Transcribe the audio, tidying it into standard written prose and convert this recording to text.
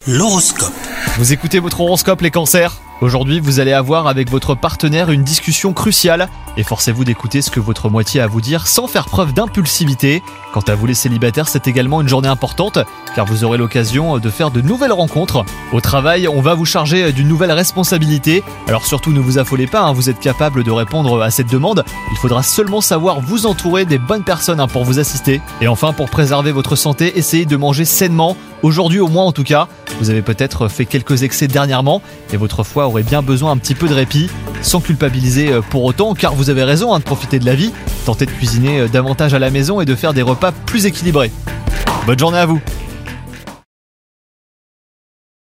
L'horoscope. Vous écoutez votre horoscope les cancers ? Aujourd'hui, vous allez avoir avec votre partenaire une discussion cruciale. Efforcez-vous d'écouter ce que votre moitié a à vous dire sans faire preuve d'impulsivité. Quant à vous les célibataires, c'est également une journée importante car vous aurez l'occasion de faire de nouvelles rencontres. Au travail, on va vous charger d'une nouvelle responsabilité. Alors surtout ne vous affolez pas, vous êtes capable de répondre à cette demande. Il faudra seulement savoir vous entourer des bonnes personnes pour vous assister. Et enfin, pour préserver votre santé, essayez de manger sainement. Aujourd'hui au moins en tout cas. Vous avez peut-être fait quelques excès dernièrement et votre foie aurait bien besoin un petit peu de répit, sans culpabiliser pour autant, car vous avez raison de profiter de la vie. Tentez de cuisiner davantage à la maison et de faire des repas plus équilibrés. Bonne journée à vous!